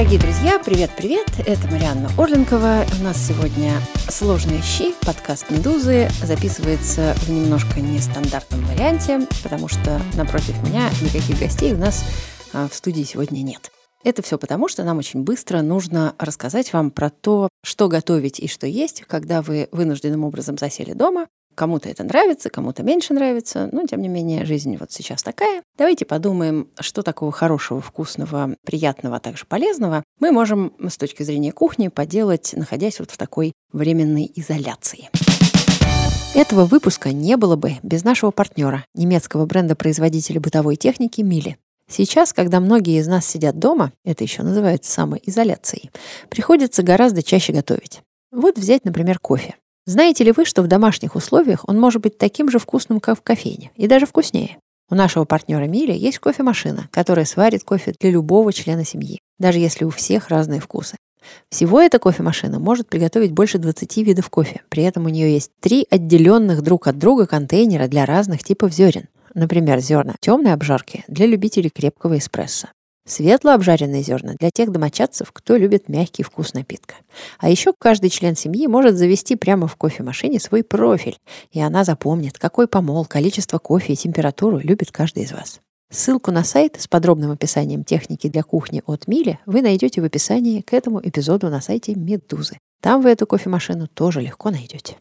Дорогие друзья, привет-привет! Это Марианна Орленкова. У нас сегодня «Сложные щи», подкаст «Медузы». Записывается в немножко нестандартном варианте, потому что напротив меня никаких гостей у нас в студии сегодня нет. Это все потому, что нам очень быстро нужно рассказать вам про то, что готовить и что есть, когда вы вынужденным образом засели дома. Кому-то это нравится, кому-то меньше нравится, но, тем не менее, жизнь вот сейчас такая. Давайте подумаем, что такого хорошего, вкусного, приятного, а также полезного мы можем с точки зрения кухни поделать, находясь вот в такой временной изоляции. Этого выпуска не было бы без нашего партнера, немецкого бренда-производителя бытовой техники Miele. Сейчас, когда многие из нас сидят дома, это еще называется самоизоляцией, приходится гораздо чаще готовить. Вот взять, например, кофе. Знаете ли вы, что в домашних условиях он может быть таким же вкусным, как в кофейне, и даже вкуснее? У нашего партнера Miele есть кофемашина, которая сварит кофе для любого члена семьи, даже если у всех разные вкусы. Всего эта кофемашина может приготовить больше 20 видов кофе, при этом у нее есть 3 отделенных друг от друга контейнера для разных типов зерен. Например, зерна темной обжарки для любителей крепкого эспрессо. Светло обжаренные зерна для тех домочадцев, кто любит мягкий вкус напитка. А еще каждый член семьи может завести прямо в кофемашине свой профиль, и она запомнит, какой помол, количество кофе и температуру любит каждый из вас. Ссылку на сайт с подробным описанием техники для кухни от Miele вы найдете в описании к этому эпизоду на сайте Медузы. Там вы эту кофемашину тоже легко найдете.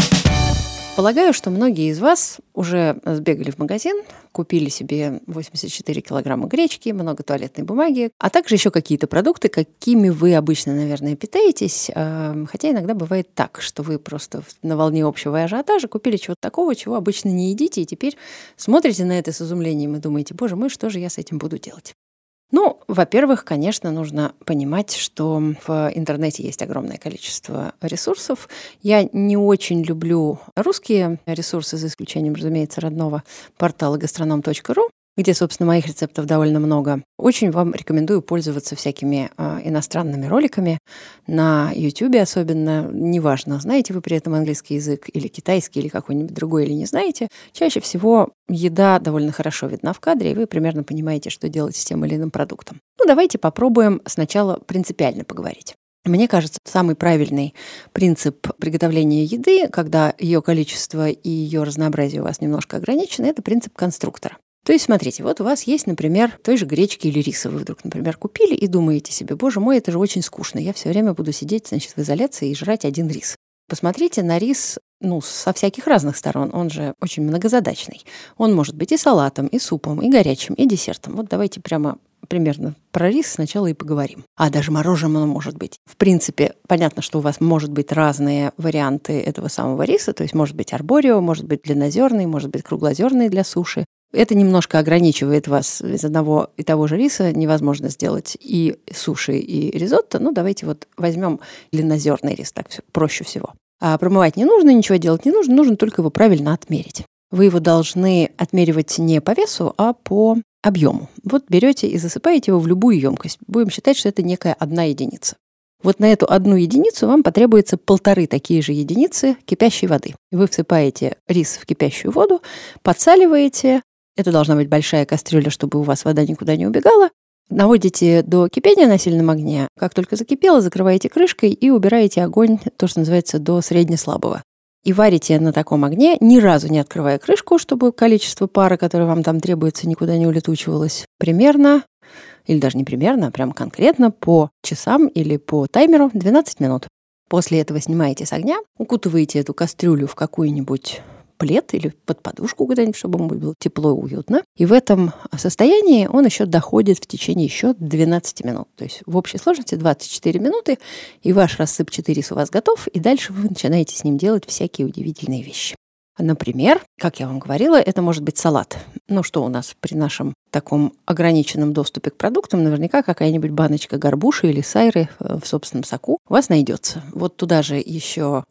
Полагаю, что многие из вас уже сбегали в магазин, купили себе 84 килограмма гречки, много туалетной бумаги, а также еще какие-то продукты, какими вы обычно, наверное, питаетесь. Хотя иногда бывает так, что вы просто на волне общего ажиотажа купили чего-то такого, чего обычно не едите, и теперь смотрите на это с изумлением и думаете: боже мой, что же я с этим буду делать? Ну, во-первых, конечно, нужно понимать, что в интернете есть огромное количество ресурсов. Я не очень люблю русские ресурсы, за исключением, разумеется, родного портала gastronom.ru, где, собственно, моих рецептов довольно много. Очень вам рекомендую пользоваться всякими иностранными роликами на YouTube особенно. Неважно, знаете вы при этом английский язык или китайский, или какой-нибудь другой, или не знаете. Чаще всего еда довольно хорошо видна в кадре, и вы примерно понимаете, что делать с тем или иным продуктом. Ну, давайте попробуем сначала принципиально поговорить. Мне кажется, самый правильный принцип приготовления еды, когда ее количество и ее разнообразие у вас немножко ограничено, это принцип конструктора. То есть, смотрите, вот у вас есть, например, той же гречки или риса. Вы вдруг, например, купили и думаете себе: боже мой, это же очень скучно. Я все время буду сидеть, значит, в изоляции и жрать один рис. Посмотрите на рис, со всяких разных сторон. Он же очень многозадачный. Он может быть и салатом, и супом, и горячим, и десертом. Вот давайте примерно про рис сначала и поговорим. А даже мороженое может быть. В принципе, понятно, что у вас может быть разные варианты этого самого риса. То есть может быть арборио, может быть длиннозерный, может быть круглозерный для суши. Это немножко ограничивает вас. Из одного и того же риса невозможно сделать и суши, и ризотто. Ну, давайте вот возьмем длиннозерный рис, так все проще всего. А промывать не нужно, ничего делать не нужно, нужно только его правильно отмерить. Вы его должны отмеривать не по весу, а по объему. Вот берете и засыпаете его в любую емкость. Будем считать, что это некая одна единица. Вот на эту одну единицу вам потребуется 1,5 такие же единицы кипящей воды. Вы всыпаете рис в кипящую воду, подсаливаете. Это должна быть большая кастрюля, чтобы у вас вода никуда не убегала. Наводите до кипения на сильном огне. Как только закипело, закрываете крышкой и убираете огонь, то, что называется, до среднеслабого. И варите на таком огне, ни разу не открывая крышку, чтобы количество пара, которое вам там требуется, никуда не улетучивалось. Примерно, или даже не примерно, а прям конкретно по часам или по таймеру 12 минут. После этого снимаете с огня, укутываете эту кастрюлю в какую-нибудь плед или под подушку куда-нибудь, чтобы ему было тепло и уютно. И в этом состоянии он еще доходит в течение еще 12 минут. То есть в общей сложности 24 минуты, и ваш рассыпчатый рис у вас готов, и дальше вы начинаете с ним делать всякие удивительные вещи. Например, как я вам говорила, это может быть салат. Ну что у нас при нашем таком ограниченном доступе к продуктам? Наверняка какая-нибудь баночка горбуши или сайры в собственном соку у вас найдется. Вот туда же еще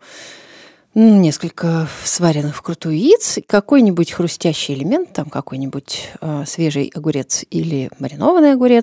несколько сваренных вкрутую яиц, какой-нибудь хрустящий элемент, там какой-нибудь свежий огурец или маринованный огурец,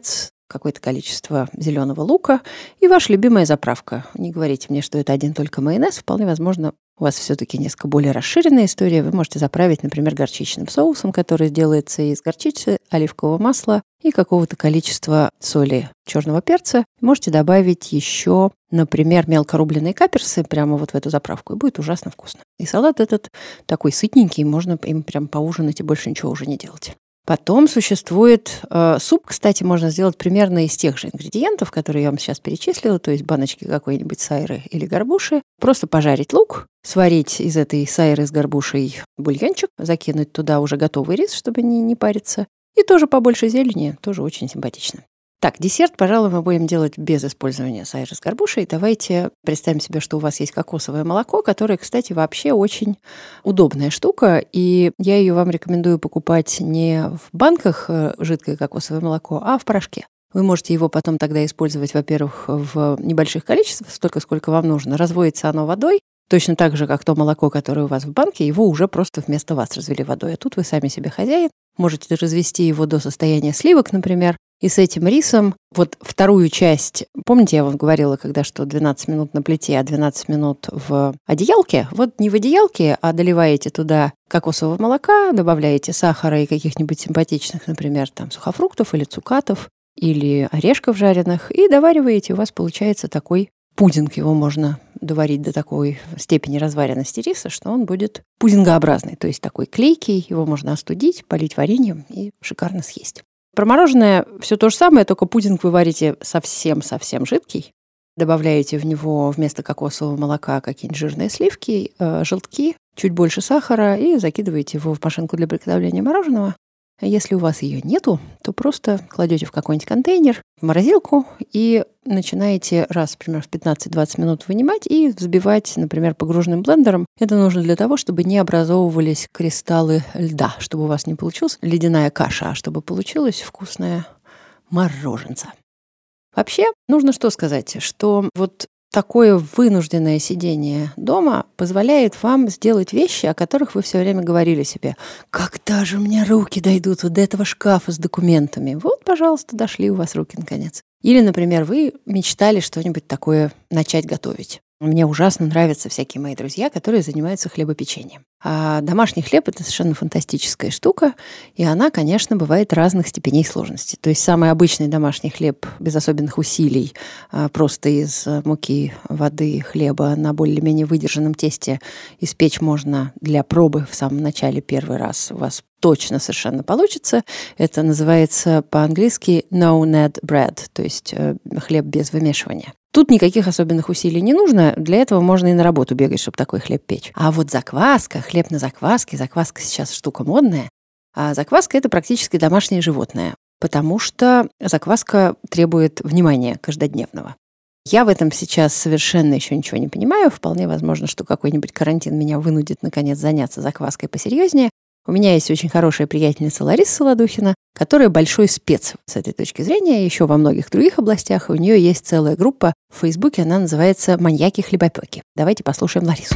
какое-то количество зеленого лука и ваша любимая заправка. Не говорите мне, что это один только майонез. Вполне возможно, у вас все-таки несколько более расширенная история. Вы можете заправить, например, горчичным соусом, который делается из горчицы, оливкового масла и какого-то количества соли, черного перца. Можете добавить еще, например, мелко рубленые каперсы прямо вот в эту заправку, и будет ужасно вкусно. И салат этот такой сытненький, можно им прям поужинать и больше ничего уже не делать. Потом существует суп, кстати, можно сделать примерно из тех же ингредиентов, которые я вам сейчас перечислила, то есть баночки какой-нибудь сайры или горбуши. Просто пожарить лук, сварить из этой сайры с горбушей бульончик, закинуть туда уже готовый рис, чтобы не париться. И тоже побольше зелени, тоже очень симпатично. Так, десерт, пожалуй, мы будем делать без использования сайры с горбушей. Давайте представим себе, что у вас есть кокосовое молоко, которое, кстати, вообще очень удобная штука, и я ее вам рекомендую покупать не в банках жидкое кокосовое молоко, а в порошке. Вы можете его потом тогда использовать, во-первых, в небольших количествах, столько, сколько вам нужно. Разводится оно водой, точно так же, как то молоко, которое у вас в банке, его уже просто вместо вас развели водой. А тут вы сами себе хозяин. Можете развести его до состояния сливок, например. И с этим рисом, вот вторую часть, помните, я вам говорила, что 12 минут на плите, а 12 минут в одеялке? Вот не в одеялке, а доливаете туда кокосового молока, добавляете сахара и каких-нибудь симпатичных, например, там сухофруктов или цукатов, или орешков жареных, и довариваете, у вас получается такой пудинг. Его можно доварить до такой степени разваренности риса, что он будет пудингообразный, то есть такой клейкий, его можно остудить, полить вареньем и шикарно съесть. Про мороженое все то же самое, только пудинг вы варите совсем-совсем жидкий. Добавляете в него вместо кокосового молока какие-нибудь жирные сливки, желтки, чуть больше сахара и закидываете его в машинку для приготовления мороженого. Если у вас ее нету, то просто кладете в какой-нибудь контейнер, в морозилку и начинаете раз, примерно, в 15-20 минут вынимать и взбивать, например, погруженным блендером. Это нужно для того, чтобы не образовывались кристаллы льда, чтобы у вас не получилась ледяная каша, а чтобы получилось вкусное мороженце. Вообще, нужно что сказать, что вот такое вынужденное сидение дома позволяет вам сделать вещи, о которых вы все время говорили себе. Когда же у меня руки дойдут вот до этого шкафа с документами? Вот, пожалуйста, дошли у вас руки наконец. Или, например, вы мечтали что-нибудь такое начать готовить. Мне ужасно нравятся всякие мои друзья, которые занимаются хлебопечением. А домашний хлеб – это совершенно фантастическая штука, и она, конечно, бывает разных степеней сложности. То есть самый обычный домашний хлеб без особенных усилий, просто из муки, воды, хлеба на более-менее выдержанном тесте испечь можно для пробы в самом начале первый раз. У вас точно совершенно получится. Это называется по-английски no-knead bread, то есть хлеб без вымешивания. Тут никаких особенных усилий не нужно, для этого можно и на работу бегать, чтобы такой хлеб печь. А вот закваска, хлеб на закваске, закваска сейчас штука модная, а закваска – это практически домашнее животное, потому что закваска требует внимания каждодневного. Я в этом сейчас совершенно еще ничего не понимаю, вполне возможно, что какой-нибудь карантин меня вынудит наконец заняться закваской посерьезнее. У меня есть очень хорошая приятельница Лариса Солодухина, которая большой спец с этой точки зрения, еще во многих других областях. У нее есть целая группа в Фейсбуке, она называется «Маньяки-хлебопеки». Давайте послушаем Ларису.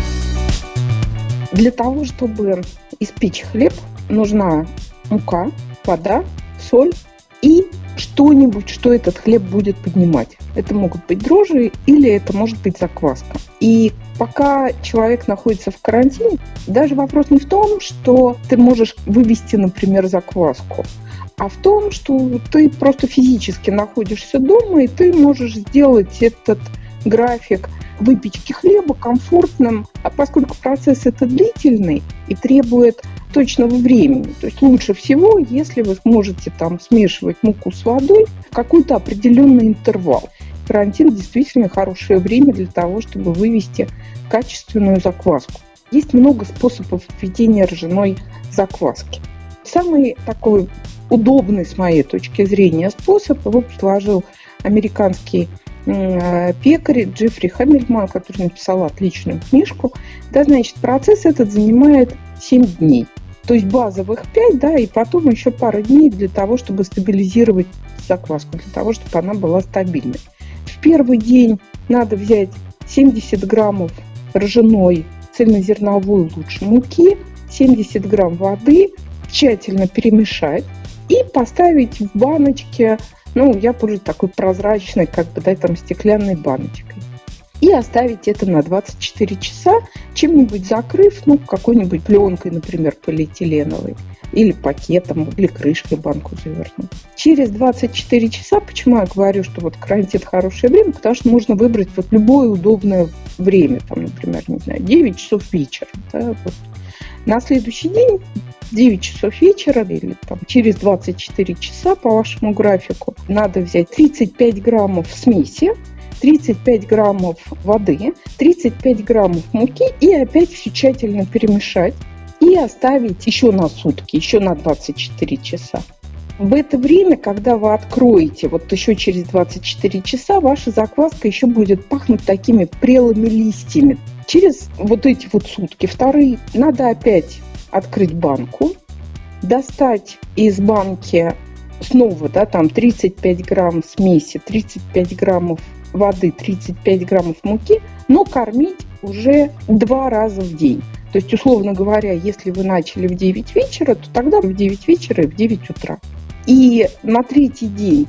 Для того, чтобы испечь хлеб, нужна мука, вода, соль и что-нибудь, что этот хлеб будет поднимать. Это могут быть дрожжи или это может быть закваска. И пока человек находится в карантине, даже вопрос не в том, что ты можешь вывести, например, закваску, а в том, что ты просто физически находишься дома, и ты можешь сделать этот график выпечки хлеба комфортным, а поскольку процесс это длительный и требует точного времени, то есть лучше всего, если вы сможете там смешивать муку с водой в какой-то определенный интервал. Карантин действительно хорошее время для того, чтобы вывести качественную закваску. Есть много способов введения ржаной закваски. Самый такой удобный, с моей точки зрения, способ его предложил американский пекарь Джеффри Хэммельман, который написал отличную книжку. Да, значит, процесс этот занимает 7 дней. То есть базовых 5, да, и потом еще пару дней для того, чтобы стабилизировать закваску, для того, чтобы она была стабильной. В первый день надо взять 70 граммов ржаной цельнозерновой лучше муки, 70 грамм воды, тщательно перемешать и поставить в баночке Я пользуюсь такой прозрачной, стеклянной баночкой. И оставить это на 24 часа, чем-нибудь закрыв, какой-нибудь пленкой, например, полиэтиленовой, или пакетом, или крышкой банку завернуть. Через 24 часа, почему я говорю, что карантин хорошее время, потому что можно выбрать любое удобное время, например, 9 часов вечера. Да, На следующий день 9 часов вечера или через 24 часа по вашему графику надо взять 35 граммов смеси, 35 граммов воды, 35 граммов муки и опять все тщательно перемешать и оставить еще на сутки, еще на 24 часа. В это время, когда вы откроете, еще через 24 часа, ваша закваска еще будет пахнуть такими прелыми листьями. Через эти сутки, вторые, надо опять открыть банку, достать из банки снова, 35 грамм смеси, 35 граммов воды, 35 граммов муки, но кормить уже 2 раза в день. То есть, условно говоря, если вы начали в 9 вечера, то тогда в 9 вечера и в 9 утра. И на третий день,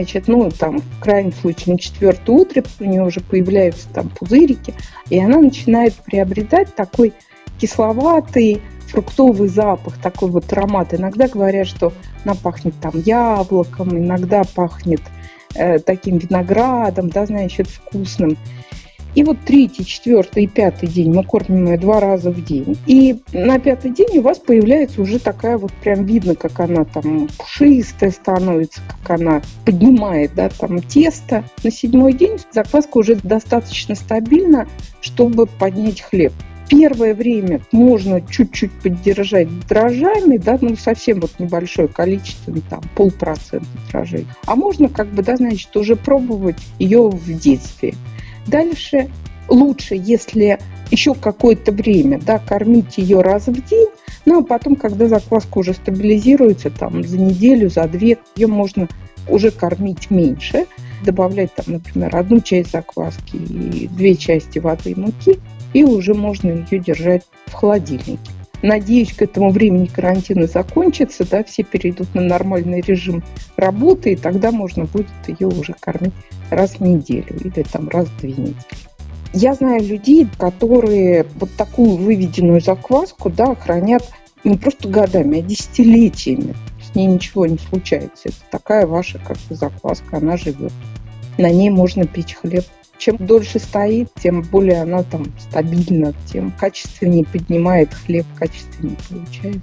в крайнем случае на 4-е утро у нее уже появляются пузырики, и она начинает приобретать такой кисловатый, фруктовый запах, такой аромат. Иногда говорят, что она пахнет яблоком, иногда пахнет таким виноградом, вкусным. И 3-й, 4-й и 5-й день мы кормим ее 2 раза в день. И на 5-й день у вас появляется уже такая прям видно, как она пушистая становится, как она поднимает, тесто. На 7-й день закваска уже достаточно стабильна, чтобы поднять хлеб. Первое время можно чуть-чуть поддержать дрожжами, совсем небольшое количество, 0,5% дрожжей. А можно уже пробовать ее в детстве. Дальше лучше, если еще какое-то время кормить ее раз в день, а потом, когда закваска уже стабилизируется, за неделю, за 2, ее можно уже кормить меньше, добавлять, например, 1 часть закваски и 2 части воды и муки, и уже можно ее держать в холодильнике. Надеюсь, к этому времени карантин закончится, все перейдут на нормальный режим работы, и тогда можно будет ее уже кормить раз в неделю или раз в 2 недели. Я знаю людей, которые такую выведенную закваску хранят не просто годами, а десятилетиями. С ней ничего не случается. Это такая ваша закваска, она живет. На ней можно печь хлеб. Чем дольше стоит, тем более она стабильна, тем качественнее поднимает хлеб, качественнее получается.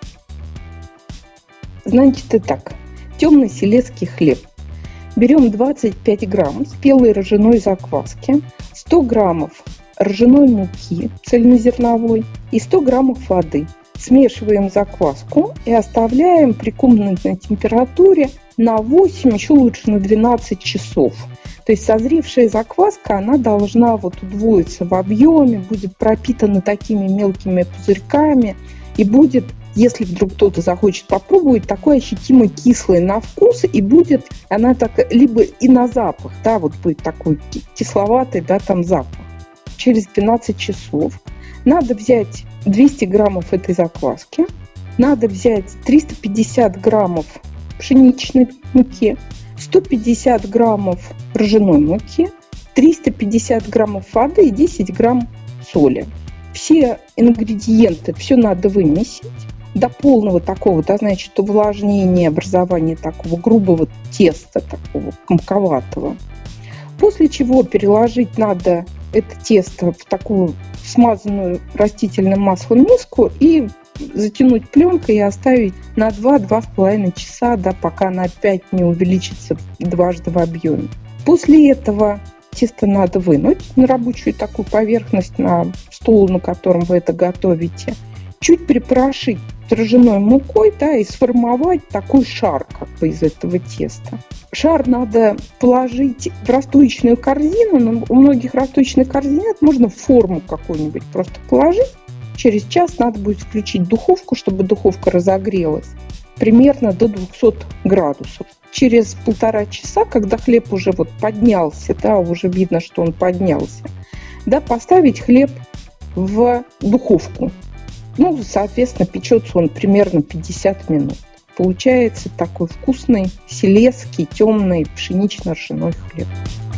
Значит, итак, темный селезский хлеб. Берем 25 грамм спелой ржаной закваски, 100 граммов ржаной муки цельнозерновой и 100 граммов воды. Смешиваем закваску и оставляем при комнатной температуре на 8, еще лучше на 12 часов. То есть созревшая закваска, она должна удвоиться в объеме, будет пропитана такими мелкими пузырьками и будет, если вдруг кто-то захочет попробовать, такой ощутимо кислый на вкус, и будет она либо и на запах, будет такой кисловатый, запах. Через 12 часов надо взять 200 граммов этой закваски, надо взять 350 граммов пшеничной муки, 150 граммов ржаной муки, 350 граммов воды и 10 грамм соли. Все ингредиенты, все надо вымесить до полного такого, увлажнения, образования такого грубого теста, такого комковатого. После чего переложить надо это тесто в такую смазанную растительным маслом миску и затянуть пленкой и оставить на 2-2,5 часа, пока она опять не увеличится дважды в объеме. После этого тесто надо вынуть на рабочую такую поверхность, на стол, на котором вы это готовите, чуть припорошить ржаной мукой, и сформовать такой шар из этого теста. Шар надо положить в расстойчную корзину, но у многих расстойчных корзин можно в форму какую-нибудь просто положить. Через час надо будет включить духовку, чтобы духовка разогрелась примерно до 200 градусов. Через 1,5 часа, когда хлеб уже поднялся, уже видно, что он поднялся, поставить хлеб в духовку. Соответственно, печется он примерно 50 минут. получается такой вкусный селезский темный пшенично-ржаной хлеб.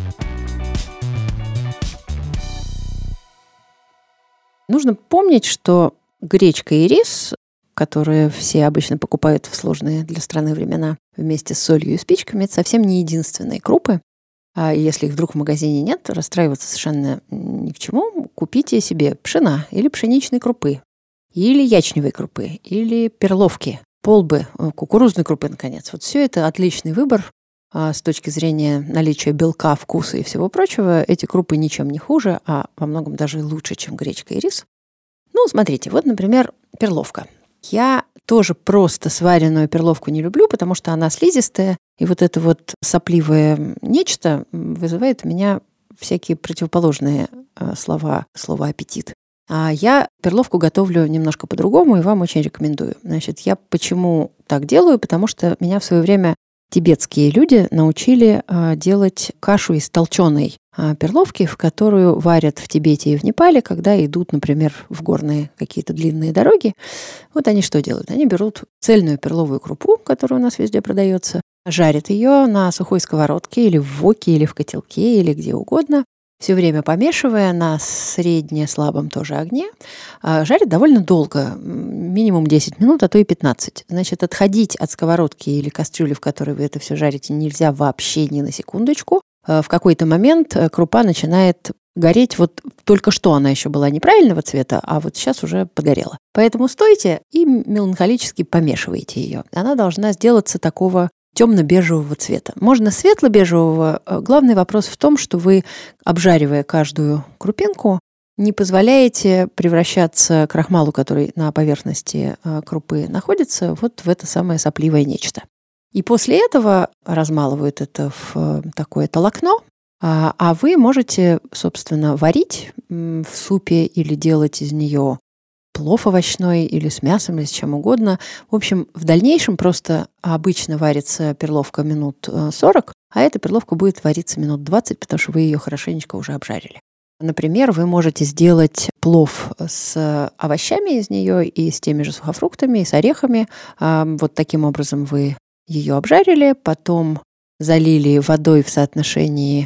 Нужно помнить, что гречка и рис, которые все обычно покупают в сложные для страны времена вместе с солью и спичками, это совсем не единственные крупы. А если их вдруг в магазине нет, расстраиваться совершенно ни к чему. Купите себе пшена или пшеничной крупы, или ячневой крупы, или перловки, полбы, кукурузной крупы, наконец. Вот все это отличный выбор. С точки зрения наличия белка, вкуса и всего прочего, эти крупы ничем не хуже, а во многом даже лучше, чем гречка и рис. Ну, смотрите, вот, например, перловка. Я тоже просто сваренную перловку не люблю, потому что она слизистая, и вот это вот сопливое нечто вызывает у меня всякие противоположные слова, слово «аппетит». А я перловку готовлю немножко по-другому, и вам очень рекомендую. Значит, я почему так делаю? Потому что меня в свое время тибетские люди научили делать кашу из толченой перловки, в которую варят в Тибете и в Непале, когда идут, например, в горные какие-то длинные дороги. Вот они что делают? Они берут цельную перловую крупу, которая у нас везде продается, жарят ее на сухой сковородке или в воке, или в котелке, или где угодно, все время помешивая на средне-слабом тоже огне, жарит довольно долго, минимум 10 минут, а то и 15. Значит, отходить от сковородки или кастрюли, в которой вы это все жарите, нельзя вообще ни на секундочку. В какой-то момент крупа начинает гореть, вот только что она еще была неправильного цвета, а вот сейчас уже подгорела. Поэтому стойте и меланхолически помешивайте ее. Она должна сделаться такого темно-бежевого цвета. Можно светло-бежевого. Главный вопрос в том, что вы, обжаривая каждую крупинку, не позволяете превращаться крахмалу, который на поверхности крупы находится, вот в это самое сопливое нечто. И после этого размалывают это в такое толокно, а вы можете, собственно, варить в супе или делать из нее плов овощной или с мясом, или с чем угодно. В общем, в дальнейшем просто обычно варится перловка минут 40, а эта перловка будет вариться минут 20, потому что вы ее хорошенечко уже обжарили. Например, вы можете сделать плов с овощами из нее и с теми же сухофруктами, и с орехами. Вот таким образом вы ее обжарили, потом залили водой в соотношении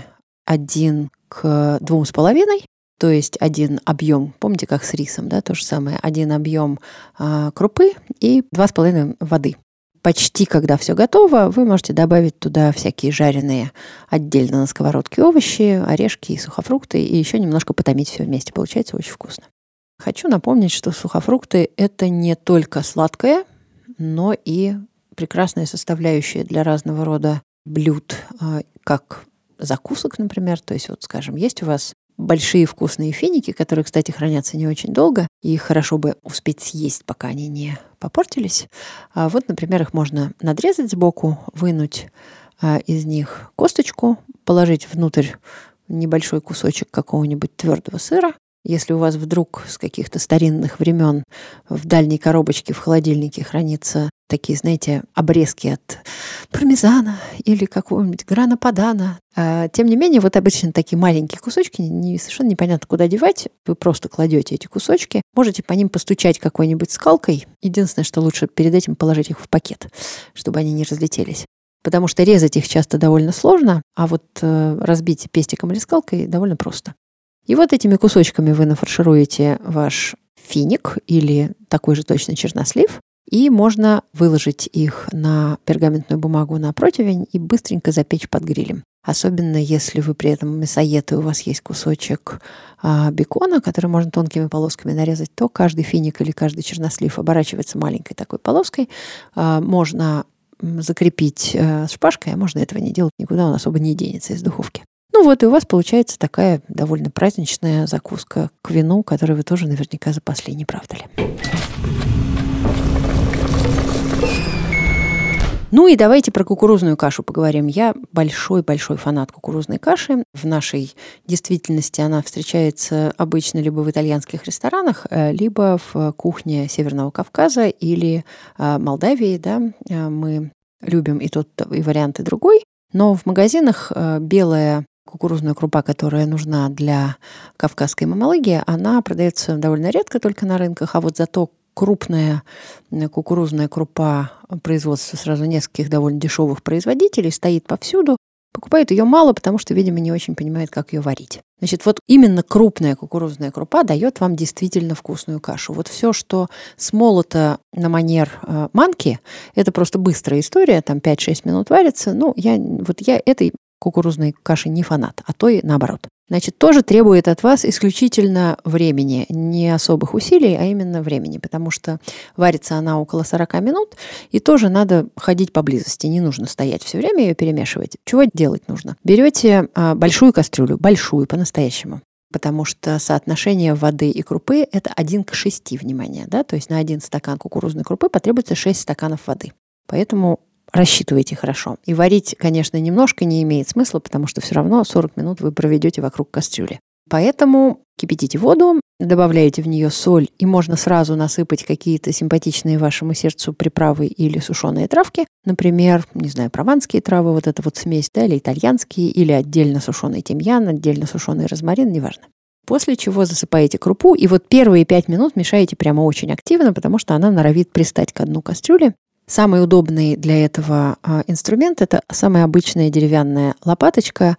1 к 2,5, то есть один объем, помните, как с рисом, да, то же самое, один объем крупы и 2,5 воды. Почти когда все готово, вы можете добавить туда всякие жареные отдельно на сковородке овощи, орешки и сухофрукты, и еще немножко потомить все вместе. Получается очень вкусно. Хочу напомнить, что сухофрукты – это не только сладкое, но и прекрасная составляющая для разного рода блюд, как закусок, например. То есть, вот, скажем, есть у вас большие вкусные финики, которые, кстати, хранятся не очень долго, и хорошо бы успеть съесть, пока они не попортились. Вот, например, их можно надрезать сбоку, вынуть из них косточку, положить внутрь небольшой кусочек какого-нибудь твердого сыра. Если у вас вдруг с каких-то старинных времен в дальней коробочке в холодильнике хранятся такие, знаете, обрезки от пармезана или какого-нибудь грана падано. Тем не менее, вот обычно такие маленькие кусочки, совершенно непонятно, куда девать. Вы просто кладете эти кусочки, можете по ним постучать какой-нибудь скалкой. Единственное, что лучше перед этим положить их в пакет, чтобы они не разлетелись. Потому что резать их часто довольно сложно, а вот разбить пестиком или скалкой довольно просто. И вот этими кусочками вы нафаршируете ваш финик или такой же точно чернослив, и можно выложить их на пергаментную бумагу на противень и быстренько запечь под грилем. Особенно если вы при этом мясоед, и у вас есть кусочек бекона, который можно тонкими полосками нарезать, то каждый финик или каждый чернослив оборачивается маленькой такой полоской. Можно закрепить шпажкой, а можно этого не делать, никуда он особо не денется из духовки. Ну вот, и у вас получается такая довольно праздничная закуска к вину, которую вы тоже наверняка запасли, не правда ли? Ну и давайте про кукурузную кашу поговорим. Я большой-большой фанат кукурузной каши. В нашей действительности она встречается обычно либо в итальянских ресторанах, либо в кухне Северного Кавказа или Молдавии. Да? Мы любим и тот, и вариант, и другой. Но в магазинах белая кукурузная крупа, которая нужна для кавказской мамалыги, она продается довольно редко только на рынках, а вот зато крупная кукурузная крупа производства сразу нескольких довольно дешевых производителей, стоит повсюду. Покупают ее мало, потому что, видимо, не очень понимают, как ее варить. Значит, вот именно крупная кукурузная крупа дает вам действительно вкусную кашу. Вот все, что смолото на манер манки, это просто быстрая история, там 5-6 минут варится. Я этой кукурузной каши не фанат, а то и наоборот. Значит, тоже требует от вас исключительно времени, не особых усилий, а именно времени, потому что варится она около 40 минут, и тоже надо ходить поблизости, не нужно стоять все время ее перемешивать. Чего делать нужно? Берете большую кастрюлю, большую по-настоящему, потому что соотношение воды и крупы – это 1:6, внимание, да, то есть на 1 стакан кукурузной крупы потребуется 6 стаканов воды. Поэтому рассчитывайте хорошо. И варить, конечно, немножко не имеет смысла, потому что все равно 40 минут вы проведете вокруг кастрюли. Поэтому кипятите воду, добавляете в нее соль, и можно сразу насыпать какие-то симпатичные вашему сердцу приправы или сушеные травки. Например, прованские травы, вот эта вот смесь, да, или итальянские, или отдельно сушеный тимьян, отдельно сушеный розмарин, неважно. После чего засыпаете крупу, и вот первые 5 минут мешаете прямо очень активно, потому что она норовит пристать к дну кастрюли. Самый удобный для этого инструмент – это самая обычная деревянная лопаточка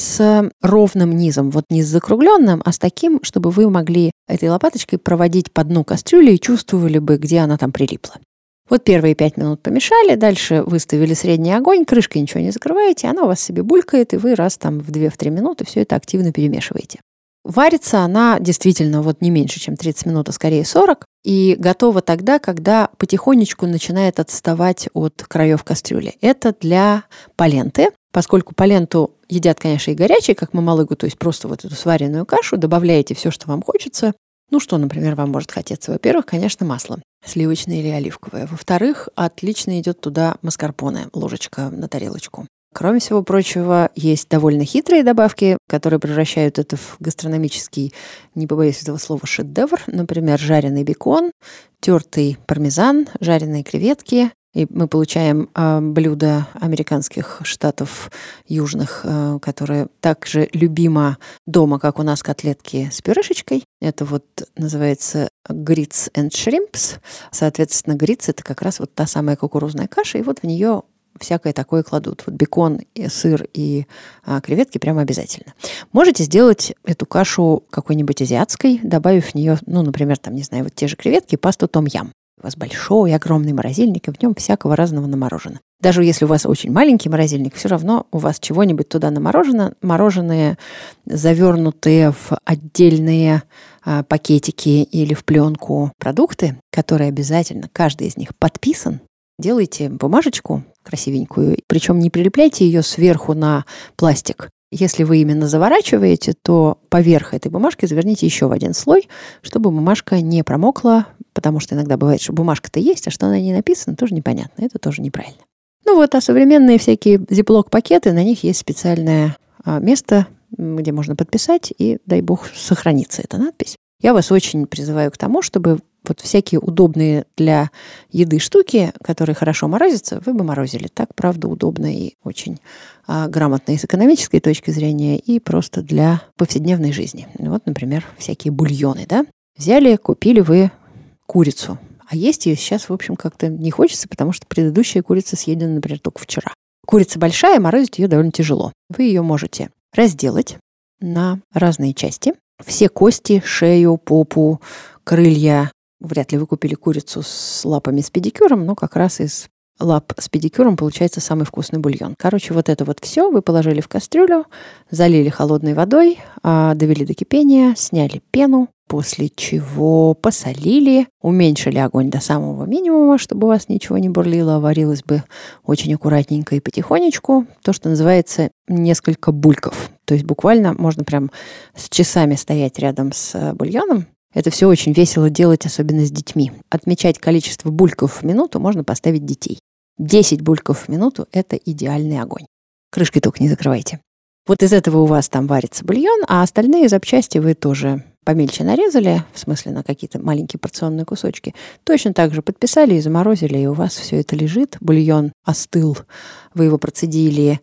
с ровным низом. Вот не с закругленным, а с таким, чтобы вы могли этой лопаточкой проводить по дну кастрюли и чувствовали бы, где она там прилипла. Вот первые 5 минут помешали, дальше выставили средний огонь, крышкой ничего не закрываете, она у вас себе булькает, и вы раз там в 2-3 минуты все это активно перемешиваете. Варится она действительно вот не меньше, чем 30 минут, а скорее 40, и готова тогда, когда потихонечку начинает отставать от краев кастрюли. Это для поленты, поскольку поленту едят, конечно, и горячей, как мамалыгу, то есть просто вот эту сваренную кашу, добавляете все, что вам хочется. Что, например, вам может хотеться? Во-первых, конечно, масло, сливочное или оливковое. Во-вторых, отлично идет туда маскарпоне, ложечка на тарелочку. Кроме всего прочего, есть довольно хитрые добавки, которые превращают это в гастрономический, не побоюсь этого слова, шедевр. Например, жареный бекон, тертый пармезан, жареные креветки. И мы получаем блюдо американских штатов южных, которое также любимо дома, как у нас котлетки с пюрешечкой. Это вот называется grits and shrimps. Соответственно, grits – это как раз вот та самая кукурузная каша, и вот в нее всякое такое кладут. Вот бекон, сыр и креветки прямо обязательно. Можете сделать эту кашу какой-нибудь азиатской, добавив в нее, например, вот те же креветки, пасту том-ям. У вас большой, огромный морозильник, и в нем всякого разного наморожено. Даже если у вас очень маленький морозильник, все равно у вас чего-нибудь туда наморожено. Мороженое, завернутые в отдельные пакетики или в пленку продукты, которые обязательно, каждый из них подписан. Делайте бумажечку красивенькую, причем не прилепляйте ее сверху на пластик. Если вы именно заворачиваете, то поверх этой бумажки заверните еще в один слой, чтобы бумажка не промокла, потому что иногда бывает, что бумажка-то есть, а что на ней написано, тоже непонятно. Это тоже неправильно. А современные всякие зиплок-пакеты, на них есть специальное место, где можно подписать, и, дай бог, сохранится эта надпись. Я вас очень призываю к тому, чтобы вот всякие удобные для еды штуки, которые хорошо морозятся, вы бы морозили. Так, правда, удобно и очень грамотно и с экономической точки зрения, и просто для повседневной жизни. Вот, например, всякие бульоны, да? Взяли, купили вы курицу, а есть ее сейчас, в общем, как-то не хочется, потому что предыдущая курица съедена, например, только вчера. Курица большая, морозить ее довольно тяжело. Вы ее можете разделать на разные части. Все кости, шею, попу, крылья. Вряд ли вы купили курицу с лапами с педикюром, но как раз из лап с педикюром получается самый вкусный бульон. Короче, вот это вот все вы положили в кастрюлю, залили холодной водой, довели до кипения, сняли пену, после чего посолили, уменьшили огонь до самого минимума, чтобы у вас ничего не бурлило, варилось бы очень аккуратненько и потихонечку. То, что называется несколько бульков. То есть буквально можно прям с часами стоять рядом с бульоном. Это все очень весело делать, особенно с детьми. Отмечать количество бульков в минуту можно поставить детей. 10 бульков в минуту – это идеальный огонь. Крышкой только не закрывайте. Вот из этого у вас там варится бульон, а остальные запчасти вы тоже помельче нарезали, в смысле на какие-то маленькие порционные кусочки. Точно так же подписали и заморозили, и у вас все это лежит. Бульон остыл, вы его процедили,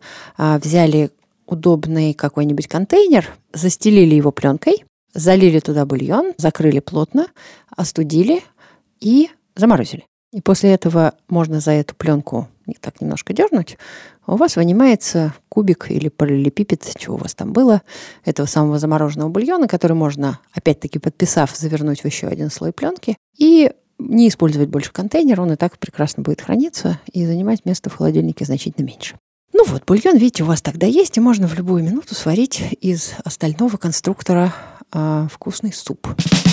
взяли удобный какой-нибудь контейнер, застелили его пленкой, залили туда бульон, закрыли плотно, остудили и заморозили. И после этого можно за эту пленку так немножко дернуть, у вас вынимается кубик или параллелепипед, чего у вас там было, этого самого замороженного бульона, который можно, опять-таки подписав, завернуть в еще один слой пленки и не использовать больше контейнер, он и так прекрасно будет храниться и занимать место в холодильнике значительно меньше. Ну вот, бульон, видите, у вас тогда есть, и можно в любую минуту сварить из остального конструктора вкусный суп.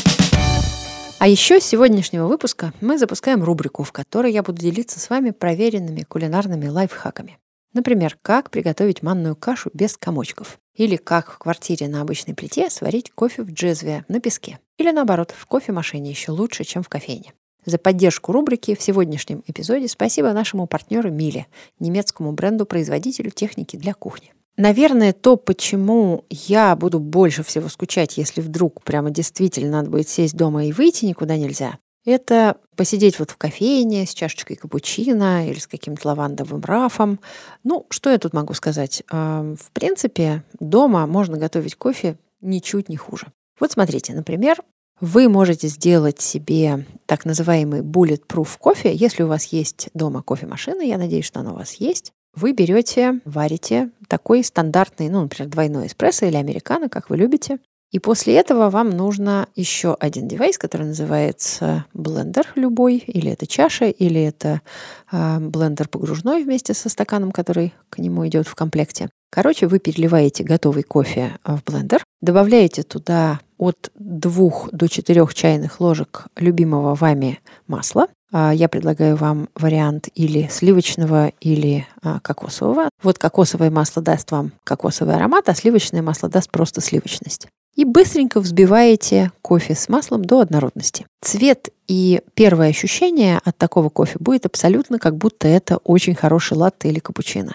А еще с сегодняшнего выпуска мы запускаем рубрику, в которой я буду делиться с вами проверенными кулинарными лайфхаками. Например, как приготовить манную кашу без комочков. Или как в квартире на обычной плите сварить кофе в джезве на песке. Или наоборот, в кофемашине еще лучше, чем в кофейне. За поддержку рубрики в сегодняшнем эпизоде спасибо нашему партнеру Miele, немецкому бренду-производителю техники для кухни. Наверное, то, почему я буду больше всего скучать, если вдруг прямо действительно надо будет сесть дома и выйти никуда нельзя, это посидеть вот в кофейне с чашечкой капучино или с каким-то лавандовым рафом. Ну, что я тут могу сказать? В принципе, дома можно готовить кофе ничуть не хуже. Вот смотрите, например, вы можете сделать себе так называемый bulletproof кофе, если у вас есть дома кофемашина, я надеюсь, что она у вас есть. Вы берете, варите такой стандартный, например, двойной эспрессо или американо, как вы любите. И после этого вам нужно еще один девайс, который называется блендер любой, или это чаша, или это блендер погружной вместе со стаканом, который к нему идет в комплекте. Короче, вы переливаете готовый кофе в блендер, добавляете туда от 2 до 4 чайных ложек любимого вами масла. Я предлагаю вам вариант или сливочного, или кокосового. Вот кокосовое масло даст вам кокосовый аромат, а сливочное масло даст просто сливочность. И быстренько взбиваете кофе с маслом до однородности. Цвет и первое ощущение от такого кофе будет абсолютно как будто это очень хороший латте или капучино.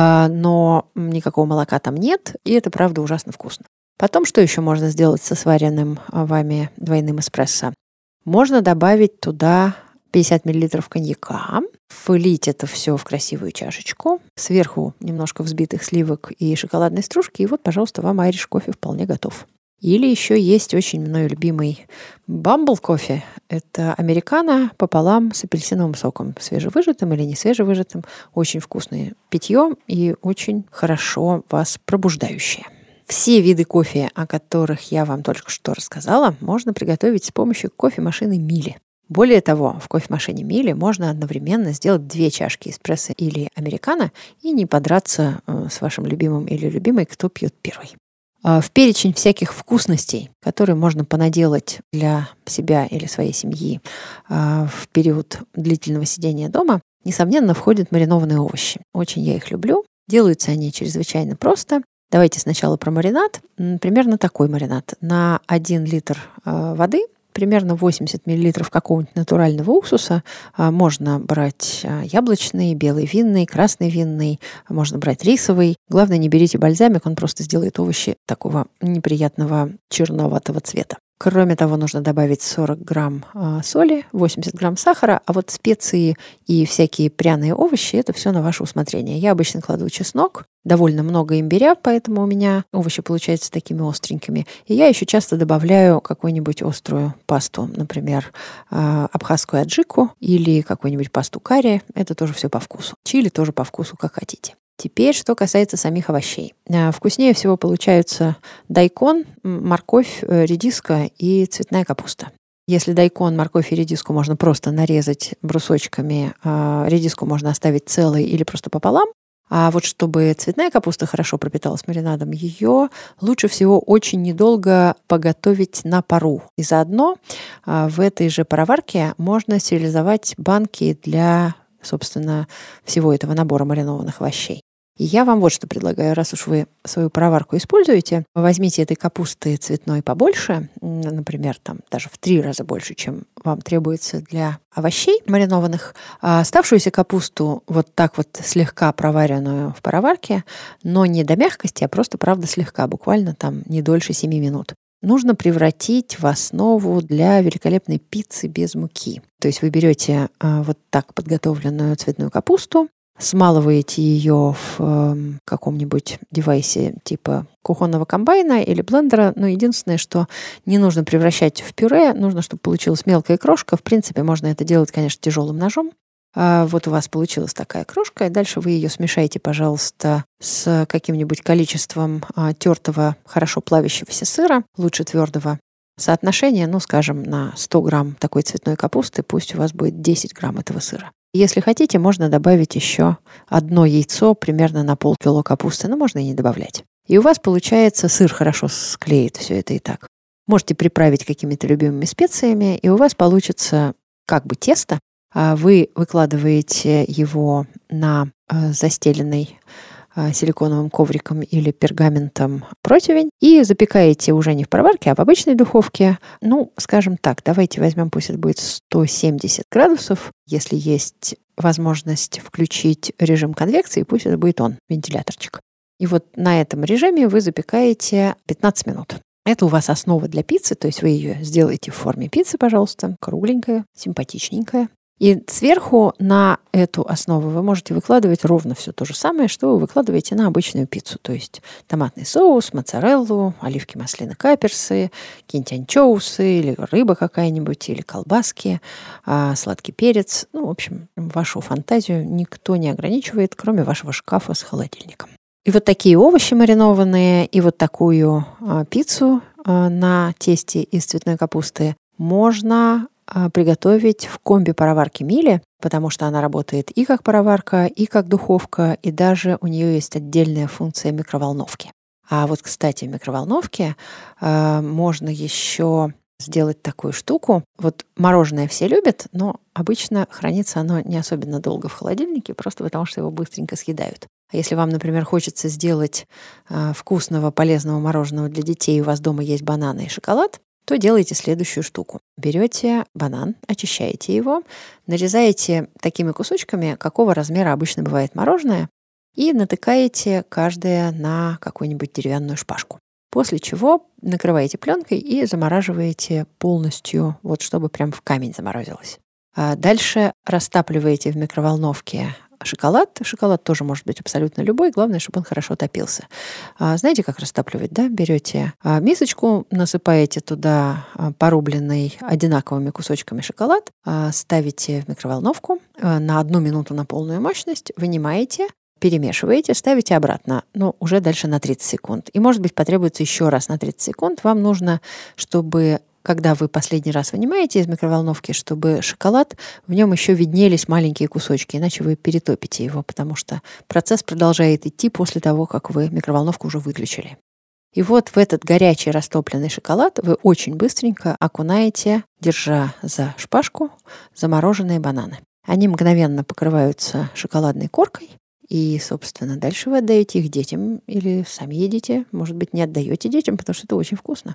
Но никакого молока там нет, и это правда ужасно вкусно. Потом что еще можно сделать со сваренным вами двойным эспрессо? Можно добавить туда 50 мл коньяка, влить это все в красивую чашечку, сверху немножко взбитых сливок и шоколадной стружки, и вот, пожалуйста, вам айриш кофе вполне готов. Или еще есть очень мною любимый бамбл кофе. Это американо пополам с апельсиновым соком, свежевыжатым или не свежевыжатым. Очень вкусное питье и очень хорошо вас пробуждающее. Все виды кофе, о которых я вам только что рассказала, можно приготовить с помощью кофемашины Miele. Более того, в кофемашине Miele можно одновременно сделать 2 чашки эспрессо или американо и не подраться с вашим любимым или любимой, кто пьет первый. В перечень всяких вкусностей, которые можно понаделать для себя или своей семьи в период длительного сидения дома, несомненно, входят маринованные овощи. Очень я их люблю. Делаются они чрезвычайно просто. Давайте сначала про маринад. Примерно такой маринад. На 1 литр воды примерно 80 мл какого-нибудь натурального уксуса. Можно брать яблочный, белый винный, красный винный, можно брать рисовый. Главное, не берите бальзамик, он просто сделает овощи такого неприятного черноватого цвета. Кроме того, нужно добавить 40 грамм соли, 80 грамм сахара, а вот специи и всякие пряные овощи – это все на ваше усмотрение. Я обычно кладу чеснок, довольно много имбиря, поэтому у меня овощи получаются такими остренькими. И я еще часто добавляю какую-нибудь острую пасту, например, абхазскую аджику или какую-нибудь пасту карри. Это тоже все по вкусу. Чили тоже по вкусу, как хотите. Теперь, что касается самих овощей. Вкуснее всего получаются дайкон, морковь, редиска и цветная капуста. Если дайкон, морковь и редиску можно просто нарезать брусочками, редиску можно оставить целой или просто пополам, а вот чтобы цветная капуста хорошо пропиталась маринадом, ее лучше всего очень недолго поготовить на пару. И заодно в этой же пароварке можно стерилизовать банки для, собственно, всего этого набора маринованных овощей. И я вам вот что предлагаю, раз уж вы свою пароварку используете, возьмите этой капусты цветной побольше, например, там даже в 3 раза больше, чем вам требуется для овощей маринованных, а оставшуюся капусту вот так вот слегка проваренную в пароварке, но не до мягкости, а просто, правда, слегка, буквально там не дольше 7 минут. Нужно превратить в основу для великолепной пиццы без муки. То есть вы берете вот так подготовленную цветную капусту, смалываете ее в каком-нибудь девайсе типа кухонного комбайна или блендера. Но единственное, что не нужно превращать в пюре, нужно, чтобы получилась мелкая крошка. В принципе, можно это делать, конечно, тяжелым ножом. Вот у вас получилась такая крошка, и дальше вы ее смешаете, пожалуйста, с каким-нибудь количеством тертого, хорошо плавящегося сыра, лучше твердого. Соотношение, скажем, на 100 грамм такой цветной капусты, пусть у вас будет 10 грамм этого сыра. Если хотите, можно добавить еще одно яйцо примерно на полкило капусты, но можно и не добавлять. И у вас получается, сыр хорошо склеит все это и так. Можете приправить какими-то любимыми специями, и у вас получится как бы тесто. Вы выкладываете его на застеленный силиконовым ковриком или пергаментом противень и запекаете уже не в пароварке, а в обычной духовке. Скажем так, давайте возьмем, пусть это будет 170 градусов. Если есть возможность включить режим конвекции, пусть это будет он, вентиляторчик. И вот на этом режиме вы запекаете 15 минут. Это у вас основа для пиццы, то есть вы ее сделаете в форме пиццы, пожалуйста, кругленькая, симпатичненькая. И сверху на эту основу вы можете выкладывать ровно все то же самое, что вы выкладываете на обычную пиццу. То есть томатный соус, моцареллу, оливки, маслины, каперсы, какие-нибудь анчоусы, или рыба какая-нибудь, или колбаски, сладкий перец. В общем, вашу фантазию никто не ограничивает, кроме вашего шкафа с холодильником. И вот такие овощи маринованные, и вот такую пиццу на тесте из цветной капусты можно приготовить в комби-пароварке Miele, потому что она работает и как пароварка, и как духовка, и даже у нее есть отдельная функция микроволновки. А вот, кстати, в микроволновке можно еще сделать такую штуку. Вот мороженое все любят, но обычно хранится оно не особенно долго в холодильнике, просто потому что его быстренько съедают. А если вам, например, хочется сделать вкусного, полезного мороженого для детей, у вас дома есть бананы и шоколад, то делаете следующую штуку. Берете банан, очищаете его, нарезаете такими кусочками, какого размера обычно бывает мороженое, и натыкаете каждое на какую-нибудь деревянную шпажку. После чего накрываете пленкой и замораживаете полностью, чтобы прям в камень заморозилось. Дальше растапливаете в микроволновке шоколад. Шоколад тоже может быть абсолютно любой, главное, чтобы он хорошо топился. Знаете, как растапливать, да? Берете мисочку, насыпаете туда порубленный одинаковыми кусочками шоколад, ставите в микроволновку на 1 минуту на полную мощность, вынимаете, перемешиваете, ставите обратно, уже дальше на 30 секунд. И, может быть, потребуется еще раз на 30 секунд. Вам нужно, чтобы когда вы последний раз вынимаете из микроволновки, чтобы шоколад, в нем еще виднелись маленькие кусочки, иначе вы перетопите его, потому что процесс продолжает идти после того, как вы микроволновку уже выключили. И вот в этот горячий растопленный шоколад вы очень быстренько окунаете, держа за шпажку, замороженные бананы. Они мгновенно покрываются шоколадной коркой, и, собственно, дальше вы отдаете их детям или сами едите. Может быть, не отдаете детям, потому что это очень вкусно.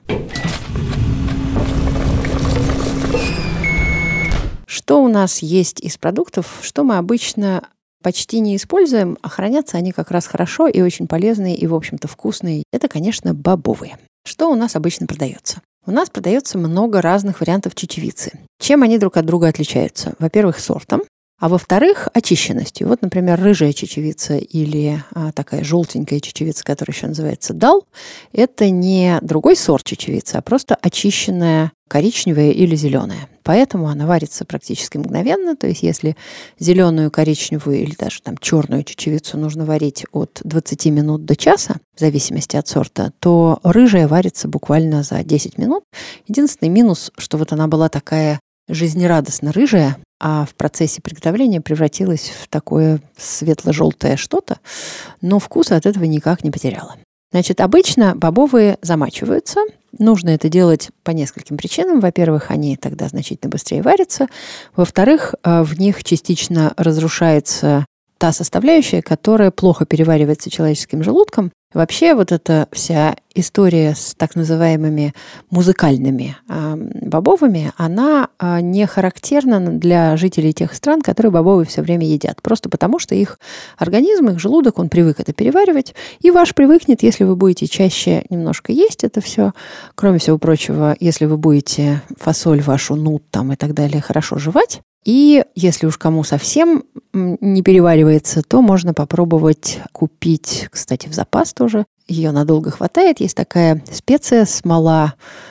Что у нас есть из продуктов, что мы обычно почти не используем, а хранятся они как раз хорошо и очень полезные, и, в общем-то, вкусные. Это, конечно, бобовые. Что у нас обычно продается? У нас продается много разных вариантов чечевицы. Чем они друг от друга отличаются? Во-первых, сортом, а во-вторых, очищенностью. Вот, например, рыжая чечевица или такая желтенькая чечевица, которая еще называется дал, это не другой сорт чечевицы, а просто очищенная коричневая или зеленая. Поэтому она варится практически мгновенно. То есть если зеленую, коричневую или даже черную чечевицу нужно варить от 20 минут до часа, в зависимости от сорта, то рыжая варится буквально за 10 минут. Единственный минус, что вот она была такая жизнерадостно рыжая, а в процессе приготовления превратилась в такое светло-желтое что-то, но вкуса от этого никак не потеряла. Значит, обычно бобовые замачиваются. Нужно это делать по нескольким причинам. Во-первых, они тогда значительно быстрее варятся. Во-вторых, в них частично разрушается та составляющая, которая плохо переваривается человеческим желудком. Вообще вот эта вся история с так называемыми музыкальными бобовыми, она не характерна для жителей тех стран, которые бобовые все время едят. Просто потому, что их организм, их желудок, он привык это переваривать, и ваш привыкнет, если вы будете чаще немножко есть это все. Кроме всего прочего, если вы будете фасоль вашу, нут там и так далее хорошо жевать, И если уж кому совсем не переваривается, то можно попробовать купить, кстати, в запас тоже. Ее надолго хватает. Есть такая специя, смола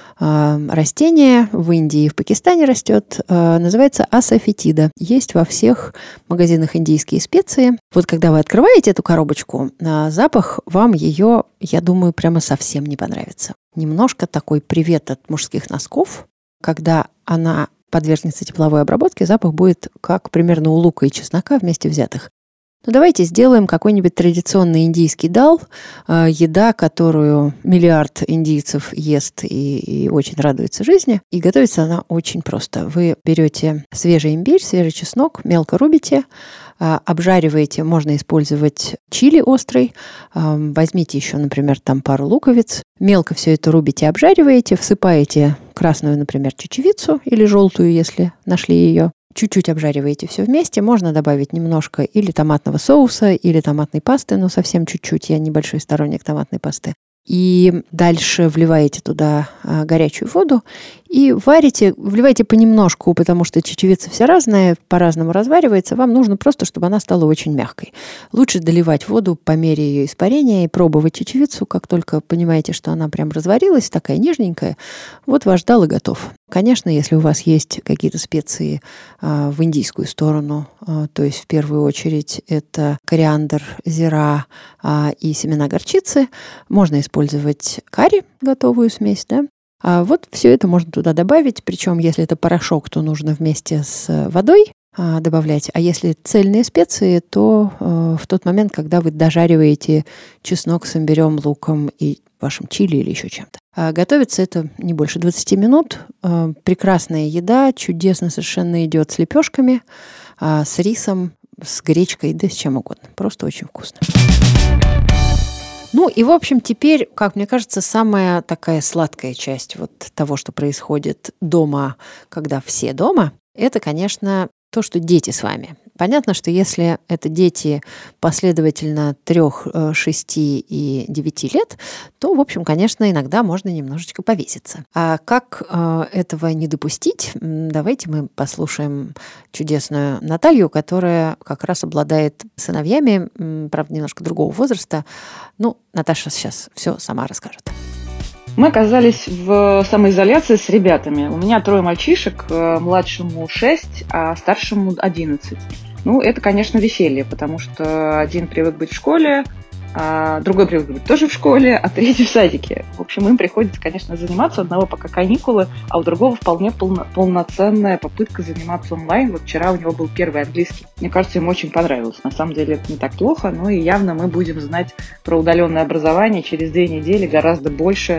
растения, в Индии и в Пакистане растет, называется асафетида. Есть во всех магазинах индийские специи. Вот когда вы открываете эту коробочку, запах вам ее, я думаю, прямо совсем не понравится. Немножко такой привет от мужских носков. Когда она подвергнется тепловой обработке, запах будет как примерно у лука и чеснока вместе взятых. Ну, давайте сделаем какой-нибудь традиционный индийский дал, еда, которую миллиард индийцев ест и очень радуется жизни. И готовится она очень просто. Вы берете свежий имбирь, свежий чеснок, мелко рубите, обжариваете, можно использовать чили острый, возьмите еще, например, там пару луковиц, мелко все это рубите, обжариваете, всыпаете красную, например, чечевицу или желтую, если нашли ее. Чуть-чуть обжариваете все вместе. Можно добавить немножко или томатного соуса, или томатной пасты, но совсем чуть-чуть. Я небольшой сторонник томатной пасты. И дальше вливаете туда горячую воду и варите, вливайте понемножку, потому что чечевица вся разная, по-разному разваривается. Вам нужно просто, чтобы она стала очень мягкой. Лучше доливать воду по мере ее испарения и пробовать чечевицу. Как только понимаете, что она прям разварилась, такая нежненькая, вот ваш дал и готов. Конечно, если у вас есть какие-то специи в индийскую сторону, то есть в первую очередь это кориандр, зира и семена горчицы, можно использовать карри, готовую смесь, да? А вот все это можно туда добавить, причем если это порошок, то нужно вместе с водой добавлять, а если цельные специи, то в тот момент, когда вы дожариваете чеснок с имбирем, луком и вашим чили или еще чем-то. Готовится это не больше 20 минут. Прекрасная еда, чудесно совершенно идет с лепешками, с рисом, с гречкой, да с чем угодно. Просто очень вкусно. Ну и, в общем, теперь, как мне кажется, самая такая сладкая часть вот того, что происходит дома, когда все дома, это, конечно, то, что дети с вами. Понятно, что если это дети последовательно 3, 6 и 9 лет, то, в общем, конечно, иногда можно немножечко повеситься. А как этого не допустить? Давайте мы послушаем чудесную Наталью, которая как раз обладает сыновьями, правда, немножко другого возраста. Ну, Наташа сейчас все сама расскажет. Мы оказались в самоизоляции с ребятами. У меня 3 мальчишек, младшему 6, а старшему 11. Ну, это, конечно, веселье, потому что один привык быть в школе, а другой привык быть тоже в школе, а третий в садике. В общем, им приходится, конечно, заниматься. У одного пока каникулы, а у другого вполне полноценная попытка заниматься онлайн. Вот вчера у него был первый английский. Мне кажется, ему очень понравилось. На самом деле это не так плохо, но и явно мы будем знать про удаленное образование через 2 недели гораздо больше,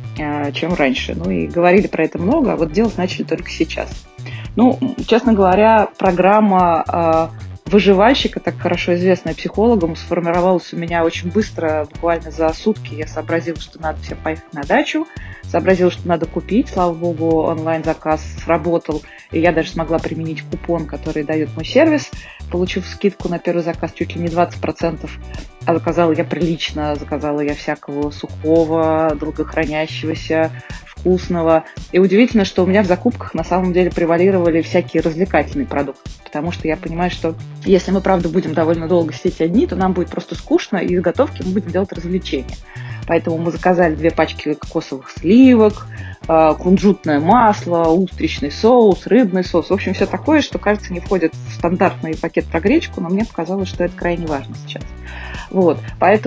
чем раньше. Ну и говорили про это много, а вот делать начали только сейчас. Ну, честно говоря, программа выживальщика, так хорошо известная психологам, сформировалась у меня очень быстро, буквально за сутки. Я сообразила, что надо всем поехать на дачу, сообразила, что надо купить. Слава богу, онлайн-заказ сработал, и я даже смогла применить купон, который дает мой сервис, получив скидку на первый заказ чуть ли не 20%. А заказала я прилично, заказала я всякого сухого, долгохранящегося, вкусного. И удивительно, что у меня в закупках на самом деле превалировали всякие развлекательные продукты. Потому что я понимаю, что если мы, правда, будем довольно долго сидеть одни, то нам будет просто скучно, и из готовки мы будем делать развлечения. Поэтому мы заказали 2 пачки кокосовых сливок, кунжутное масло, устричный соус, рыбный соус. В общем, все такое, что, кажется, не входит в стандартный пакет про гречку, но мне показалось, что это крайне важно сейчас. Вот.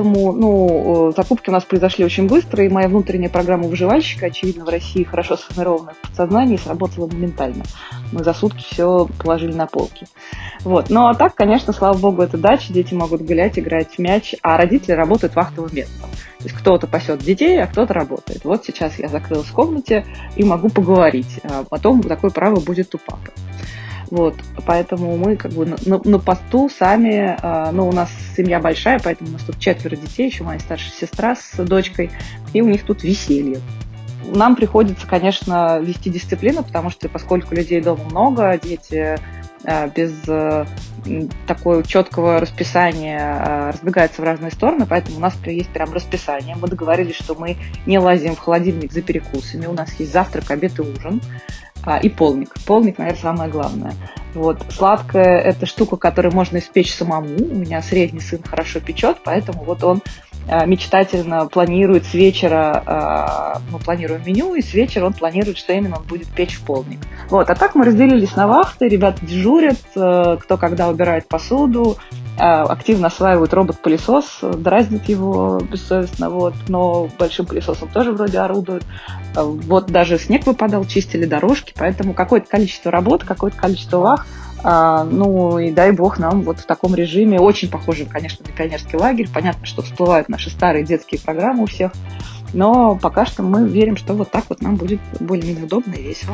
Поэтому, закупки у нас произошли очень быстро, и моя внутренняя программа выживальщика, очевидно, в России хорошо сформированная в подсознании, сработала моментально. Мы за сутки все положили на полки. Вот. Ну, а так, конечно, слава богу, это дача, дети могут гулять, играть в мяч, а родители работают вахтовым методом. То есть кто-то пасет детей, а кто-то работает. Вот сейчас я закрылась в комнате и могу поговорить, а потом такое право будет у папы. Вот, поэтому мы как бы на посту сами, у нас семья большая, поэтому у нас тут 4 детей, еще моя старшая сестра с дочкой, и у них тут веселье. Нам приходится, конечно, вести дисциплину, потому что поскольку людей дома много, дети без такого четкого расписания разбегается в разные стороны, поэтому у нас есть прям расписание. Мы договорились, что мы не лазим в холодильник за перекусами, у нас есть завтрак, обед и ужин. И полник. Полник, наверное, самое главное. Вот. Сладкое – это штука, которую можно испечь самому. У меня средний сын хорошо печет, поэтому вот он мечтательно планирует с вечера, мы планируем меню, и с вечера он планирует, что именно он будет печь в полдник. Вот. А так мы разделились на вахты, ребята дежурят, кто когда убирает посуду, активно осваивают робот-пылесос, дразнит его бессовестно, вот, но большим пылесосом тоже вроде орудуют. Вот даже снег выпадал, чистили дорожки, поэтому какое-то количество работы, какое-то количество вах. И дай бог нам вот в таком режиме, очень похоже, конечно, на пионерский лагерь. Понятно, что всплывают наши старые детские программы у всех, но пока что мы верим, что вот так вот нам будет более-менее удобно и весело.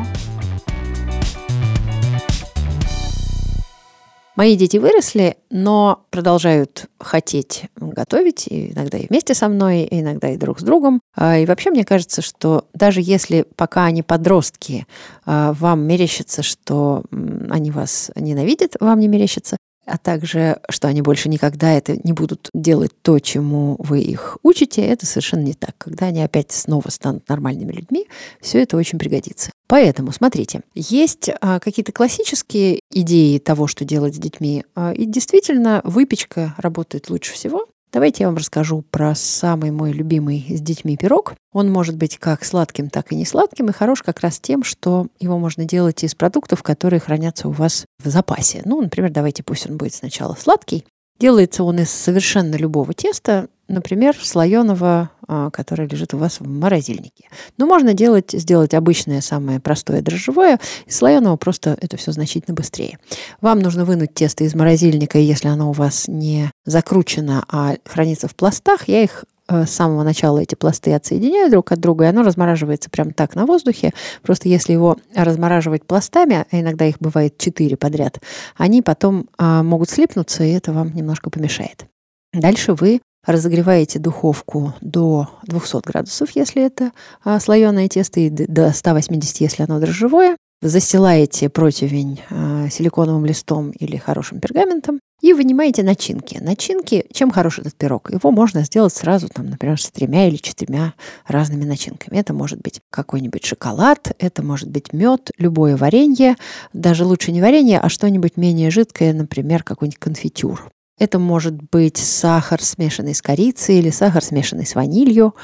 Мои дети выросли, но продолжают хотеть готовить, и иногда и вместе со мной, и иногда и друг с другом. И вообще мне кажется, что даже если пока они подростки, вам мерещится, что они вас ненавидят, вам не мерещится, а также, что они больше никогда это не будут делать то, чему вы их учите, это совершенно не так. Когда они опять снова станут нормальными людьми, все это очень пригодится. Поэтому, смотрите, есть какие-то классические идеи того, что делать с детьми, и действительно выпечка работает лучше всего. Давайте я вам расскажу про самый мой любимый с детьми пирог. Он может быть как сладким, так и не сладким, и хорош как раз тем, что его можно делать из продуктов, которые хранятся у вас в запасе. Например, давайте пусть он будет сначала сладкий. Делается он из совершенно любого теста, например, слоеного, которое лежит у вас в морозильнике. Но можно сделать обычное, самое простое дрожжевое. Из слоеного просто это все значительно быстрее. Вам нужно вынуть тесто из морозильника, и если оно у вас не закручено, а хранится в пластах, я их с самого начала эти пласты отсоединяю друг от друга, и оно размораживается прямо так на воздухе. Просто если его размораживать пластами, а иногда их бывает 4 подряд, они потом могут слипнуться, и это вам немножко помешает. Дальше вы разогреваете духовку до 200 градусов, если это слоеное тесто, и до 180, если оно дрожжевое. Застилаете противень силиконовым листом или хорошим пергаментом и вынимаете начинки. Начинки, чем хорош этот пирог? Его можно сделать сразу, например, с 3 или 4 разными начинками. Это может быть какой-нибудь шоколад, это может быть мед, любое варенье, даже лучше не варенье, а что-нибудь менее жидкое, например, какой-нибудь конфитюр. Это может быть сахар, смешанный с корицей, или сахар, смешанный с ванилью.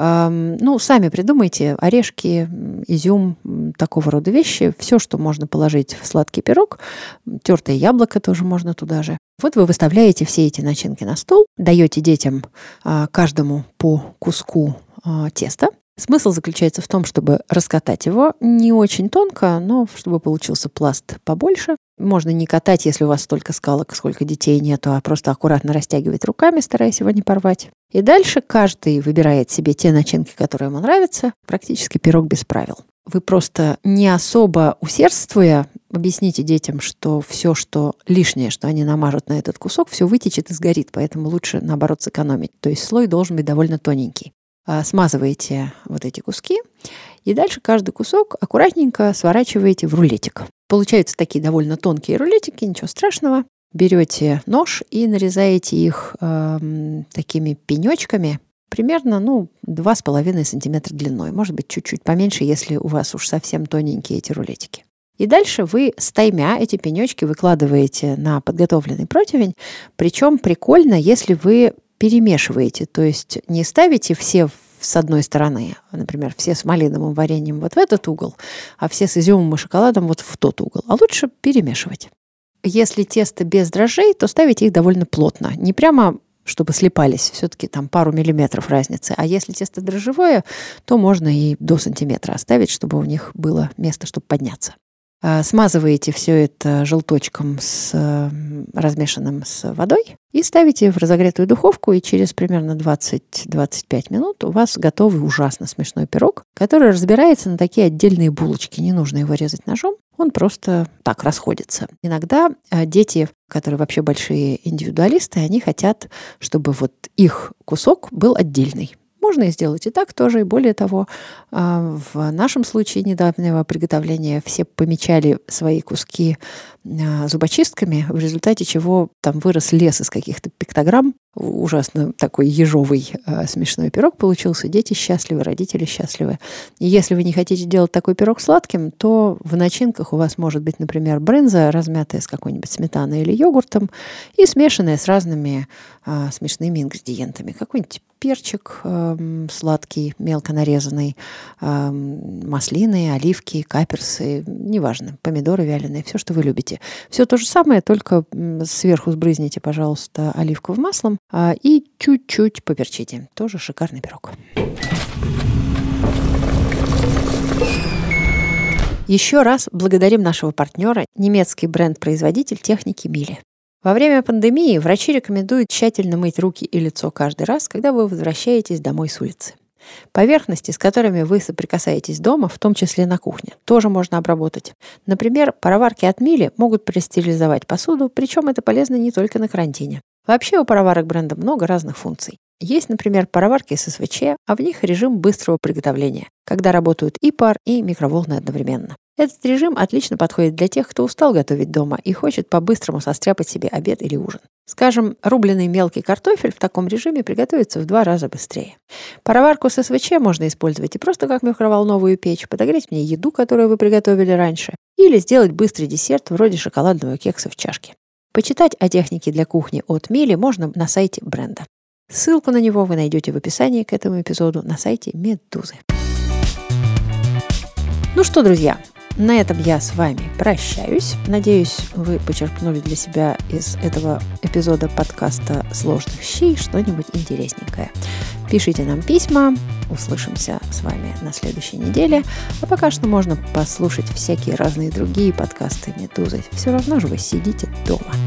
Сами придумайте орешки, изюм, такого рода вещи. Все, что можно положить в сладкий пирог. Тертое яблоко тоже можно туда же. Вот вы выставляете все эти начинки на стол, даете детям каждому по куску теста. Смысл заключается в том, чтобы раскатать его не очень тонко, но чтобы получился пласт побольше. Можно не катать, если у вас столько скалок, сколько детей нету, а просто аккуратно растягивать руками, стараясь его не порвать. И дальше каждый выбирает себе те начинки, которые ему нравятся. Практически пирог без правил. Вы просто не особо усердствуя объясните детям, что все, что лишнее, что они намажут на этот кусок, все вытечет и сгорит, поэтому лучше, наоборот, сэкономить. То есть слой должен быть довольно тоненький. Смазываете вот эти куски, и дальше каждый кусок аккуратненько сворачиваете в рулетик. Получаются такие довольно тонкие рулетики, ничего страшного. Берете нож и нарезаете их такими пенечками, примерно 2,5 сантиметра длиной. Может быть, чуть-чуть поменьше, если у вас уж совсем тоненькие эти рулетики. И дальше вы стаймя эти пенечки выкладываете на подготовленный противень. Причем прикольно, если вы перемешиваете, то есть не ставите все с одной стороны, например, все с малиновым вареньем вот в этот угол, а все с изюмом и шоколадом вот в тот угол. А лучше перемешивать. Если тесто без дрожжей, то ставите их довольно плотно. Не прямо, чтобы слипались, все-таки там пару миллиметров разницы. А если тесто дрожжевое, то можно и до сантиметра оставить, чтобы у них было место, чтобы подняться. Смазываете все это желточком размешанным с водой и ставите в разогретую духовку, и через примерно 20-25 минут у вас готовый ужасно смешной пирог, который разбирается на такие отдельные булочки. Не нужно его резать ножом, он просто так расходится. Иногда дети, которые вообще большие индивидуалисты, они хотят, чтобы вот их кусок был отдельный. Можно и сделать и так тоже. И более того, в нашем случае недавнего приготовления все помечали свои куски зубочистками, в результате чего там вырос лес из каких-то пиктограмм. Ужасно такой ежовый смешной пирог получился. Дети счастливы, родители счастливы. И если вы не хотите делать такой пирог сладким, то в начинках у вас может быть, например, брынза, размятая с какой-нибудь сметаной или йогуртом и смешанная с разными смешными ингредиентами. Какой-нибудь перчик сладкий, мелко нарезанный, маслины, оливки, каперсы, неважно, помидоры вяленые, все, что вы любите. Все то же самое, только сверху сбрызните, пожалуйста, оливковым маслом и чуть-чуть поперчите. Тоже шикарный пирог. Еще раз благодарим нашего партнера, немецкий бренд-производитель техники Miele. Во время пандемии врачи рекомендуют тщательно мыть руки и лицо каждый раз, когда вы возвращаетесь домой с улицы. Поверхности, с которыми вы соприкасаетесь дома, в том числе на кухне, тоже можно обработать. Например, пароварки от Miele могут простерилизовать посуду, причем это полезно не только на карантине. Вообще у пароварок бренда много разных функций. Есть, например, пароварки с СВЧ, а в них режим быстрого приготовления, когда работают и пар, и микроволны одновременно. Этот режим отлично подходит для тех, кто устал готовить дома и хочет по-быстрому состряпать себе обед или ужин. Скажем, рубленый мелкий картофель в таком режиме приготовится в 2 раза быстрее. Пароварку с СВЧ можно использовать и просто как микроволновую печь, подогреть в ней еду, которую вы приготовили раньше, или сделать быстрый десерт вроде шоколадного кекса в чашке. Почитать о технике для кухни от Miele можно на сайте бренда. Ссылку на него вы найдете в описании к этому эпизоду на сайте Медузы. Ну что, друзья, на этом я с вами прощаюсь. Надеюсь, вы почерпнули для себя из этого эпизода подкаста «Сложных щей» что-нибудь интересненькое. Пишите нам письма, услышимся с вами на следующей неделе. А пока что можно послушать всякие разные другие подкасты Медузы. Все равно же вы сидите дома.